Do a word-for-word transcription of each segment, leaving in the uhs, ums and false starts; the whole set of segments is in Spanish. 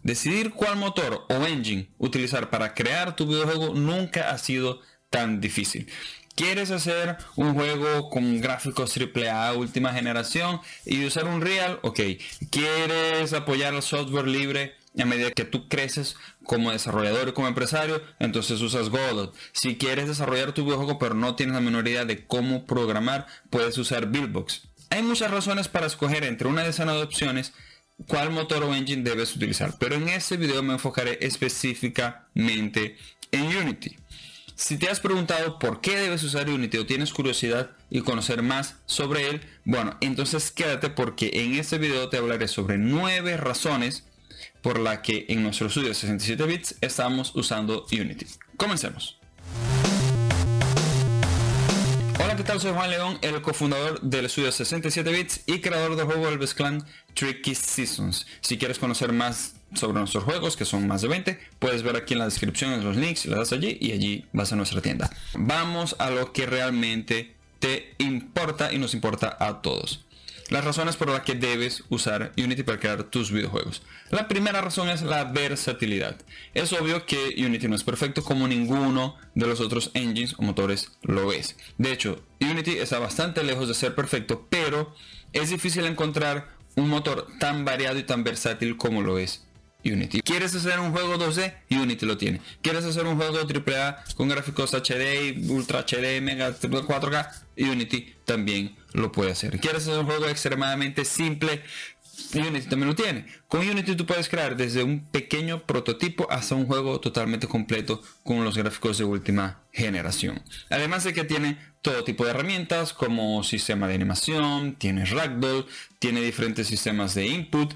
decidir cuál motor o engine utilizar para crear tu videojuego nunca ha sido tan difícil. ¿Quieres hacer un juego con gráficos triple A última generación y usar un Unreal? Ok. ¿Quieres apoyar el software libre a medida que tú creces como desarrollador y como empresario? Entonces usas Godot. Si quieres desarrollar tu videojuego pero no tienes la menor idea de cómo programar, puedes usar Buildbox. Hay muchas razones para escoger entre una decena de opciones cuál motor o engine debes utilizar, pero en este video me enfocaré específicamente en Unity. Si te has preguntado por qué debes usar Unity o tienes curiosidad y conocer más sobre él, bueno, entonces quédate porque en este video te hablaré sobre nueve razones por las que en nuestro estudio sesenta y siete bits estamos usando Unity. Comencemos. Hola, ¿qué tal? Soy Juan León, el cofundador del estudio sesenta y siete bits y creador del juego Elves Clan Tricky Seasons. Si quieres conocer más sobre nuestros juegos, que son más de veinte, puedes ver aquí en la descripción los links, le das allí y allí vas a nuestra tienda. Vamos a lo que realmente te importa y nos importa a todos. Las razones por las que debes usar Unity para crear tus videojuegos. La primera razón es la versatilidad. Es obvio que Unity no es perfecto como ninguno de los otros engines o motores lo es. De hecho, Unity está bastante lejos de ser perfecto, pero es difícil encontrar un motor tan variado y tan versátil como lo es Unity. ¿Quieres hacer un juego dos D? Unity lo tiene. ¿Quieres hacer un juego triple A con gráficos H D, Ultra H D, Mega cuatro K? Unity también lo puede hacer. ¿Quieres hacer un juego extremadamente simple? Unity también lo tiene. Con Unity tú puedes crear desde un pequeño prototipo hasta un juego totalmente completo con los gráficos de última generación. Además de que tiene todo tipo de herramientas como sistema de animación, tiene Ragdoll, tiene diferentes sistemas de input.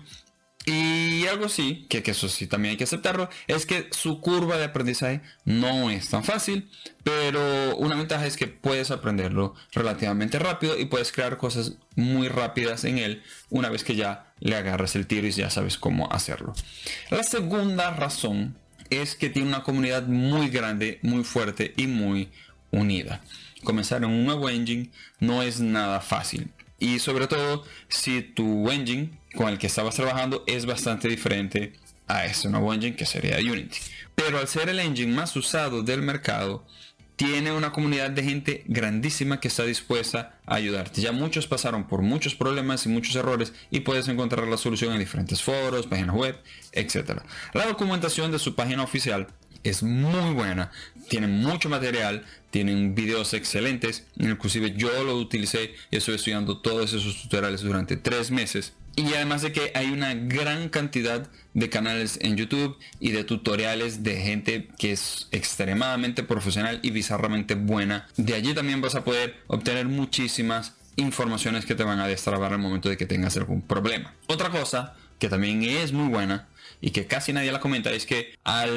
Y algo sí, que, que eso sí también hay que aceptarlo, es que su curva de aprendizaje no es tan fácil, pero una ventaja es que puedes aprenderlo relativamente rápido y puedes crear cosas muy rápidas en él una vez que ya le agarras el tiro y ya sabes cómo hacerlo. La segunda razón es que tiene una comunidad muy grande, muy fuerte y muy unida. Comenzar en un nuevo engine no es nada fácil. Y sobre todo si tu engine con el que estabas trabajando es bastante diferente a ese nuevo engine que sería Unity. Pero al ser el engine más usado del mercado, tiene una comunidad de gente grandísima que está dispuesta a ayudarte. Ya muchos pasaron por muchos problemas y muchos errores y puedes encontrar la solución en diferentes foros, páginas web, etcétera. La documentación de su página oficial es muy buena, tienen mucho material, tienen videos excelentes, inclusive yo lo utilicé y estoy estudiando todos esos tutoriales durante tres meses. Y además de que hay una gran cantidad de canales en YouTube y de tutoriales de gente que es extremadamente profesional y bizarramente buena. De allí también vas a poder obtener muchísimas informaciones que te van a destrabar al momento de que tengas algún problema. Otra cosa que también es muy buena y que casi nadie la comenta es que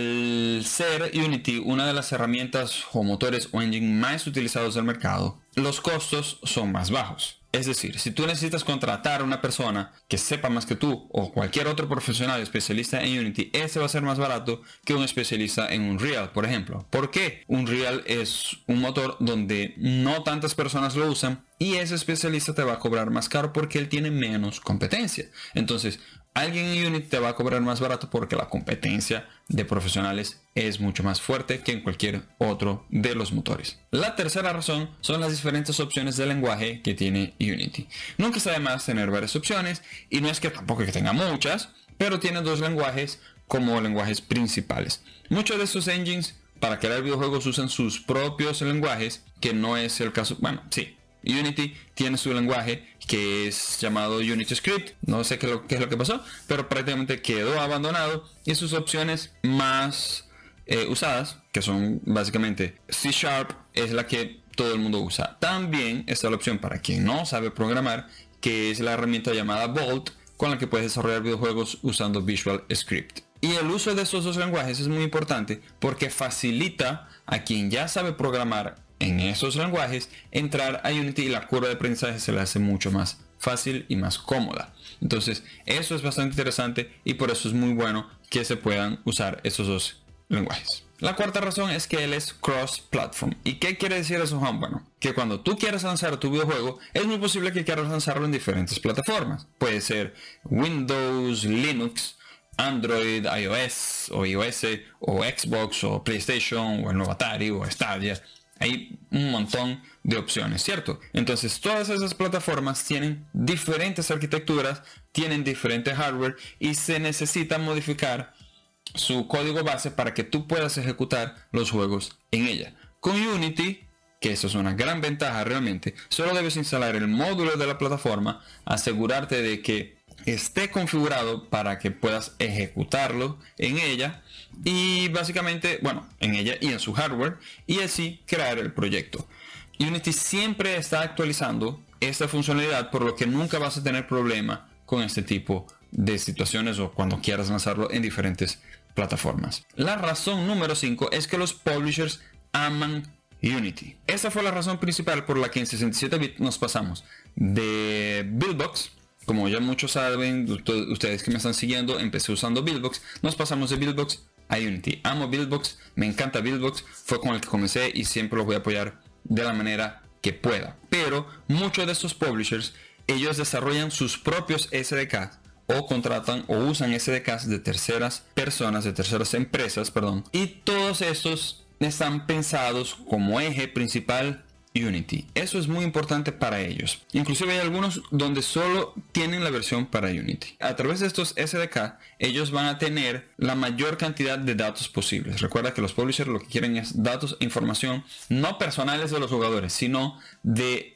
al ser Unity una de las herramientas o motores o engine más utilizados del mercado, los costos son más bajos. Es decir, si tú necesitas contratar a una persona que sepa más que tú o cualquier otro profesional especialista en Unity, ese va a ser más barato que un especialista en Unreal, por ejemplo. ¿Por qué? Unreal es un motor donde no tantas personas lo usan y ese especialista te va a cobrar más caro porque él tiene menos competencia. Entonces, alguien en Unity te va a cobrar más barato porque la competencia de profesionales es mucho más fuerte que en cualquier otro de los motores. La tercera razón son las diferentes opciones de lenguaje que tiene Unity. Nunca está de más tener varias opciones y no es que tampoco que tenga muchas, pero tiene dos lenguajes como lenguajes principales. Muchos de estos engines para crear videojuegos usan sus propios lenguajes, que no es el caso, bueno, sí. Unity tiene su lenguaje que es llamado Unity Script, no sé qué, lo, qué es lo que pasó, pero prácticamente quedó abandonado y sus opciones más eh, usadas, que son básicamente C Sharp, es la que todo el mundo usa. También está la opción para quien no sabe programar, que es la herramienta llamada Bolt, con la que puedes desarrollar videojuegos usando Visual Script. Y el uso de estos dos lenguajes es muy importante porque facilita a quien ya sabe programar en esos lenguajes entrar a Unity y la curva de aprendizaje se le hace mucho más fácil y más cómoda. Entonces eso es bastante interesante y por eso es muy bueno que se puedan usar esos dos lenguajes. La cuarta razón es que él es cross-platform. ¿Y qué quiere decir eso, Juan? Bueno, que cuando tú quieras lanzar tu videojuego, es muy posible que quieras lanzarlo en diferentes plataformas. Puede ser Windows, Linux, Android, iOS o iOS o Xbox o PlayStation o el nuevo Atari o Stadia. Hay un montón de opciones, ¿cierto? Entonces todas esas plataformas tienen diferentes arquitecturas, tienen diferente hardware y se necesita modificar su código base para que tú puedas ejecutar los juegos en ella. Con Unity, que eso es una gran ventaja realmente, solo debes instalar el módulo de la plataforma, asegurarte de que esté configurado para que puedas ejecutarlo en ella y básicamente, bueno, en ella y en su hardware, y así crear el proyecto. Unity siempre está actualizando esta funcionalidad, por lo que nunca vas a tener problema con este tipo de situaciones o cuando quieras lanzarlo en diferentes plataformas. La razón número cinco es que los publishers aman Unity. Esa fue la razón principal por la que en sesenta y siete bit nos pasamos de Buildbox. Como ya muchos saben, ustedes que me están siguiendo, empecé usando Buildbox. Nos pasamos de Buildbox a Unity. Amo Buildbox, me encanta Buildbox, fue con el que comencé y siempre lo voy a apoyar de la manera que pueda. Pero muchos de estos publishers, ellos desarrollan sus propios S D K o contratan o usan S D Ks de terceras personas, de terceras empresas, perdón. Y todos estos están pensados como eje principal Unity. Eso es muy importante para ellos. Inclusive hay algunos donde solo tienen la versión para Unity. A través de estos S D K, ellos van a tener la mayor cantidad de datos posibles. Recuerda que los publishers lo que quieren es datos e información no personales de los jugadores, sino de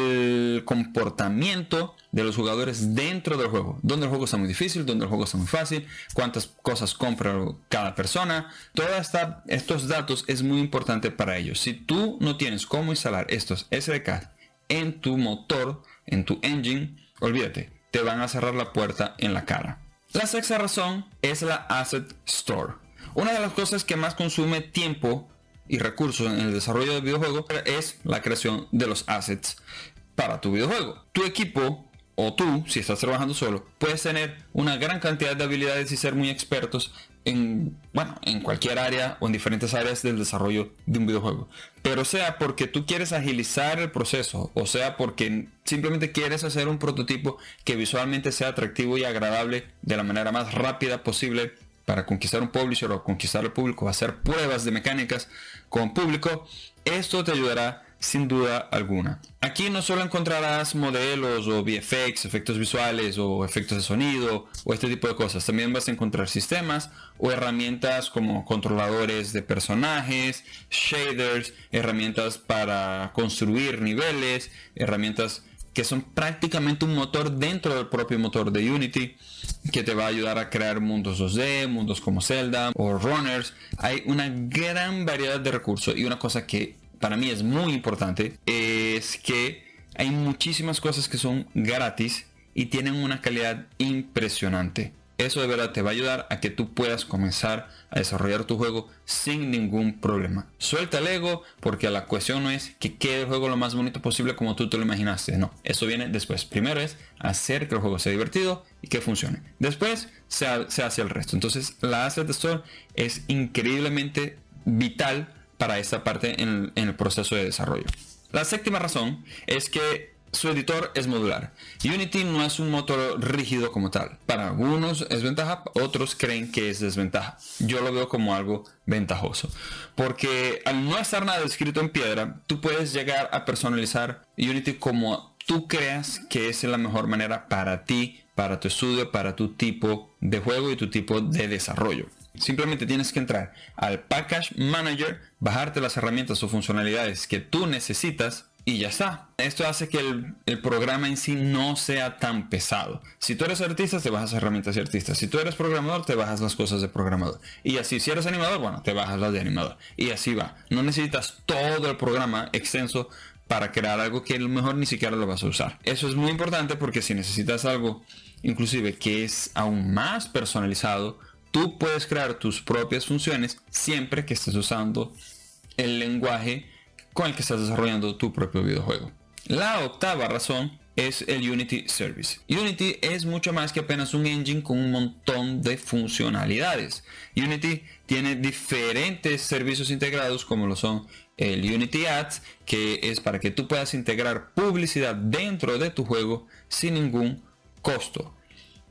el comportamiento de los jugadores dentro del juego, donde el juego está muy difícil, donde el juego está muy fácil, cuántas cosas compra cada persona. Todos estos datos es muy importante para ellos. Si tú no tienes cómo instalar estos S D K en tu motor, en tu engine, olvídate, te van a cerrar la puerta en la cara. La sexta razón es la Asset Store. Una de las cosas que más consume tiempo y recursos en el desarrollo del videojuego es la creación de los assets para tu videojuego. Tu equipo o tú, si estás trabajando solo, puedes tener una gran cantidad de habilidades y ser muy expertos en, bueno, en cualquier área o en diferentes áreas del desarrollo de un videojuego. Pero sea porque tú quieres agilizar el proceso o sea porque simplemente quieres hacer un prototipo que visualmente sea atractivo y agradable de la manera más rápida posible para conquistar un publisher o conquistar el público, hacer pruebas de mecánicas con público, esto te ayudará sin duda alguna. Aquí no solo encontrarás modelos o V F X, efectos visuales o efectos de sonido o este tipo de cosas. También vas a encontrar sistemas o herramientas como controladores de personajes, shaders, herramientas para construir niveles, herramientas que son prácticamente un motor dentro del propio motor de Unity, que te va a ayudar a crear mundos dos D, mundos como Zelda o Runners. Hay una gran variedad de recursos y una cosa que para mí es muy importante es que hay muchísimas cosas que son gratis y tienen una calidad impresionante. Eso de verdad te va a ayudar a que tú puedas comenzar a desarrollar tu juego sin ningún problema. Suelta el ego, porque la cuestión no es que quede el juego lo más bonito posible como tú te lo imaginaste. No, eso viene después. Primero es hacer que el juego sea divertido y que funcione. Después se, se hace el resto. Entonces la Asset Store es increíblemente vital para esta parte en, en el proceso de desarrollo. La séptima razón es que su editor es modular. Unity no es un motor rígido como tal. Para algunos es ventaja, otros creen que es desventaja. Yo lo veo como algo ventajoso. Porque al no estar nada escrito en piedra, tú puedes llegar a personalizar Unity como tú creas que es la mejor manera para ti, para tu estudio, para tu tipo de juego y tu tipo de desarrollo. Simplemente tienes que entrar al Package Manager, bajarte las herramientas o funcionalidades que tú necesitas y ya está. Esto hace que el, el programa en sí no sea tan pesado. Si tú eres artista, te bajas herramientas de artista. Si tú eres programador, te bajas las cosas de programador. Y así, si eres animador, bueno, te bajas las de animador. Y así va. No necesitas todo el programa extenso para crear algo que a lo mejor ni siquiera lo vas a usar. Eso es muy importante porque si necesitas algo, inclusive que es aún más personalizado, tú puedes crear tus propias funciones siempre que estés usando el lenguaje con el que estás desarrollando tu propio videojuego. La octava razón es el Unity Service. Unity es mucho más que apenas un engine con un montón de funcionalidades. Unity tiene diferentes servicios integrados como lo son el Unity Ads, que es para que tú puedas integrar publicidad dentro de tu juego sin ningún costo.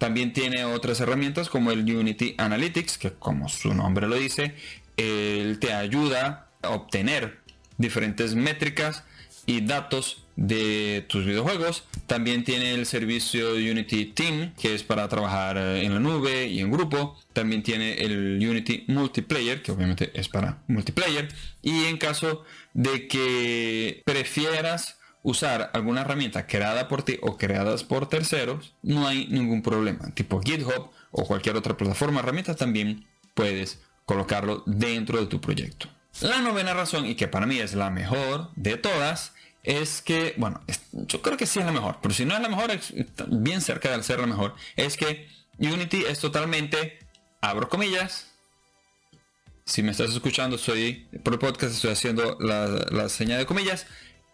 También tiene otras herramientas como el Unity Analytics, que como su nombre lo dice, él te ayuda a obtener diferentes métricas y datos de tus videojuegos. También tiene el servicio Unity Team, que es para trabajar en la nube y en grupo. También tiene el Unity Multiplayer, que obviamente es para multiplayer. Y en caso de que prefieras usar alguna herramienta creada por ti o creadas por terceros, no hay ningún problema. Tipo GitHub o cualquier otra plataforma de herramientas, también puedes colocarlo dentro de tu proyecto. La novena razón, y que para mí es la mejor de todas, es que, bueno, yo creo que sí es la mejor, pero si no es la mejor, es bien cerca de ser la mejor, es que Unity es totalmente, abro comillas, si me estás escuchando, soy por el podcast, estoy haciendo la, la señal de comillas,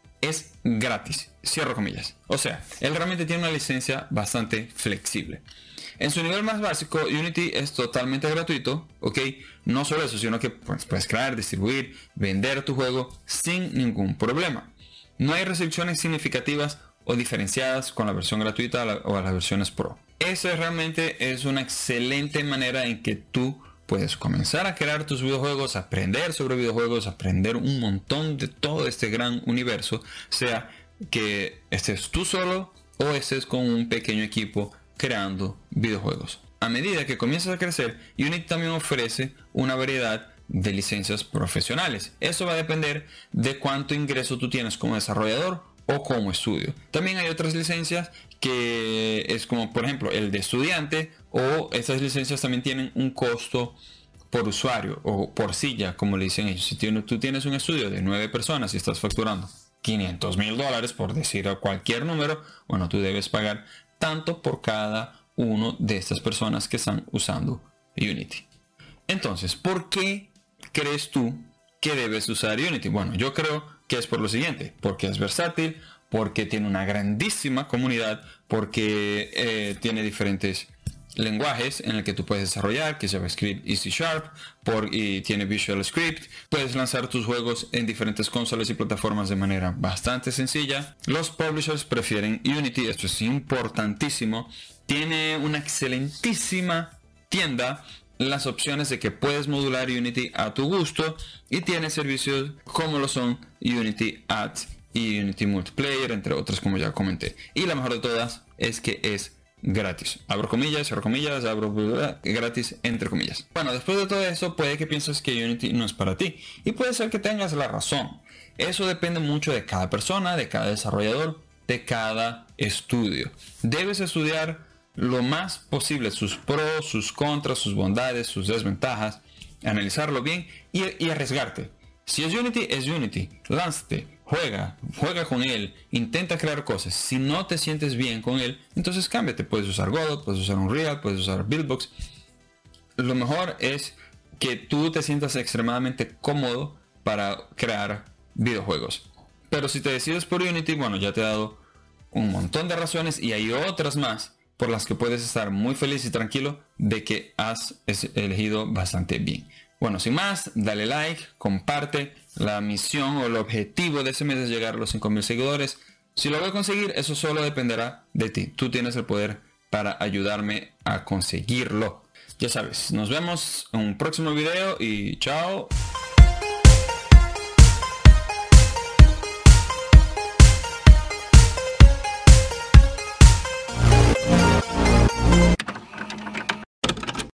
es gratis, cierro comillas. O sea, él realmente tiene una licencia bastante flexible. En su nivel más básico, Unity es totalmente gratuito, ¿ok? No solo eso, sino que pues, puedes crear, distribuir, vender tu juego sin ningún problema. No hay restricciones significativas o diferenciadas con la versión gratuita o a las versiones Pro. Esa realmente es una excelente manera en que tú puedes comenzar a crear tus videojuegos, aprender sobre videojuegos, aprender un montón de todo este gran universo, sea que estés tú solo o estés con un pequeño equipo creando videojuegos. A medida que comienzas a crecer, Unity también ofrece una variedad de licencias profesionales. Eso va a depender de cuánto ingreso tú tienes como desarrollador o como estudio. También hay otras licencias que es como por ejemplo el de estudiante, o estas licencias también tienen un costo por usuario o por silla, como le dicen ellos. Si tú tienes un estudio de nueve personas y estás facturando quinientos mil dólares, por decir cualquier número, bueno, tú debes pagar tanto por cada uno de estas personas que están usando Unity. Entonces, ¿por qué crees tú que debes usar Unity? Bueno, yo creo que es por lo siguiente: porque es versátil, porque tiene una grandísima comunidad, porque eh, tiene diferentes lenguajes en el que tú puedes desarrollar, que es JavaScript y C Sharp, por, y tiene Visual Script. Puedes lanzar tus juegos en diferentes consolas y plataformas de manera bastante sencilla. Los publishers prefieren Unity, esto es importantísimo. Tiene una excelentísima tienda, las opciones de que puedes modular Unity a tu gusto, y tiene servicios como lo son Unity Ads y Unity Multiplayer, entre otras, como ya comenté. Y la mejor de todas es que es gratis. Abro comillas, cierro comillas, abro gratis, entre comillas. Bueno, después de todo eso, puede que pienses que Unity no es para ti, y puede ser que tengas la razón. Eso depende mucho de cada persona, de cada desarrollador, de cada estudio. Debes estudiar lo más posible sus pros, sus contras, sus bondades, sus desventajas, analizarlo bien y, y arriesgarte. Si es Unity, es Unity. Lánzate, juega, juega con él, intenta crear cosas. Si no te sientes bien con él, entonces cámbiate. Puedes usar Godot, puedes usar Unreal, puedes usar Buildbox. Lo mejor es que tú te sientas extremadamente cómodo para crear videojuegos. Pero si te decides por Unity, bueno, ya te he dado un montón de razones, y hay otras más por las que puedes estar muy feliz y tranquilo de que has elegido bastante bien. Bueno, sin más, dale like, comparte. La misión o el objetivo de ese mes es llegar a los cinco mil seguidores. Si lo voy a conseguir, eso solo dependerá de ti. Tú tienes el poder para ayudarme a conseguirlo. Ya sabes, nos vemos en un próximo video y chao.